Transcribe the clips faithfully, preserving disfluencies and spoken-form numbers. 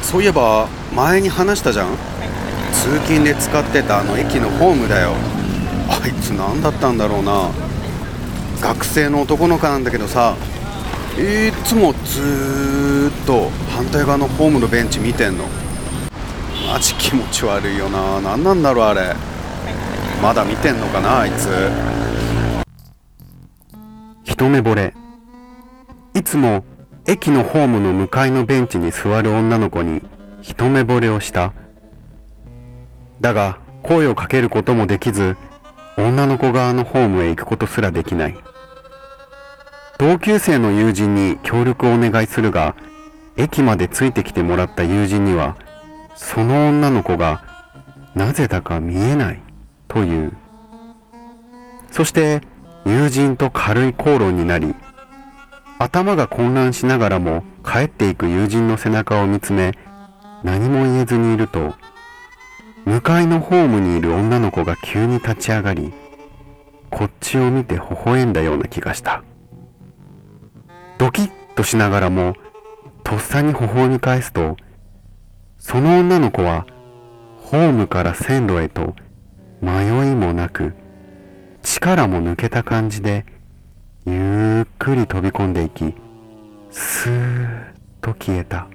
そういえば前に話したじゃん。通勤で使ってたあの駅のホームだよ。あいつ何だったんだろうな。学生の男の子なんだけどさ、いつもずーっと反対側のホームのベンチ見てんの。マジ気持ち悪いよな。何なんだろうあれ。まだ見てんのかなあいつ。 一目惚れ。いつも駅のホームの向かいのベンチに座る女の子に一目惚れをした。だが声をかけることもできず、女の子側のホームへ行くことすらできない。同級生の友人に協力をお願いするが、駅までついてきてもらった友人にはその女の子がなぜだか見えないという。そして友人と軽い口論になり、頭が混乱しながらも帰っていく友人の背中を見つめ、何も言えずにいると、向かいのホームにいる女の子が急に立ち上がり、こっちを見て微笑んだような気がした。ドキッとしながらもとっさに微笑み返すと、その女の子はホームから線路へと迷いもなく力も抜けた感じでゆっくり飛び込んでいき、スーッと消えた。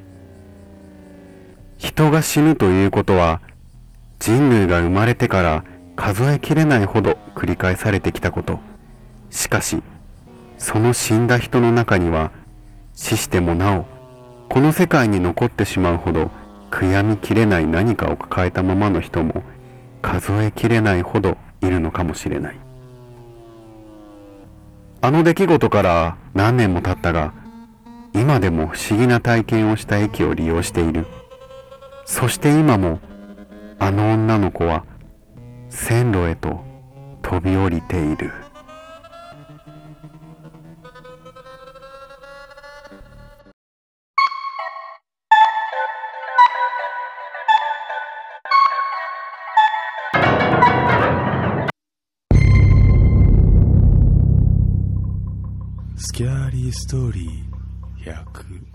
人が死ぬということは人類が生まれてから数えきれないほど繰り返されてきたこと。しかしその死んだ人の中には、死してもなおこの世界に残ってしまうほど悔やみきれない何かを抱えたままの人も数えきれないほどいるのかもしれない。あの出来事から何年も経ったが、今でも不思議な体験をした駅を利用している。そして今もあの女の子は線路へと飛び降りている。 スキャーリーストーリーひゃく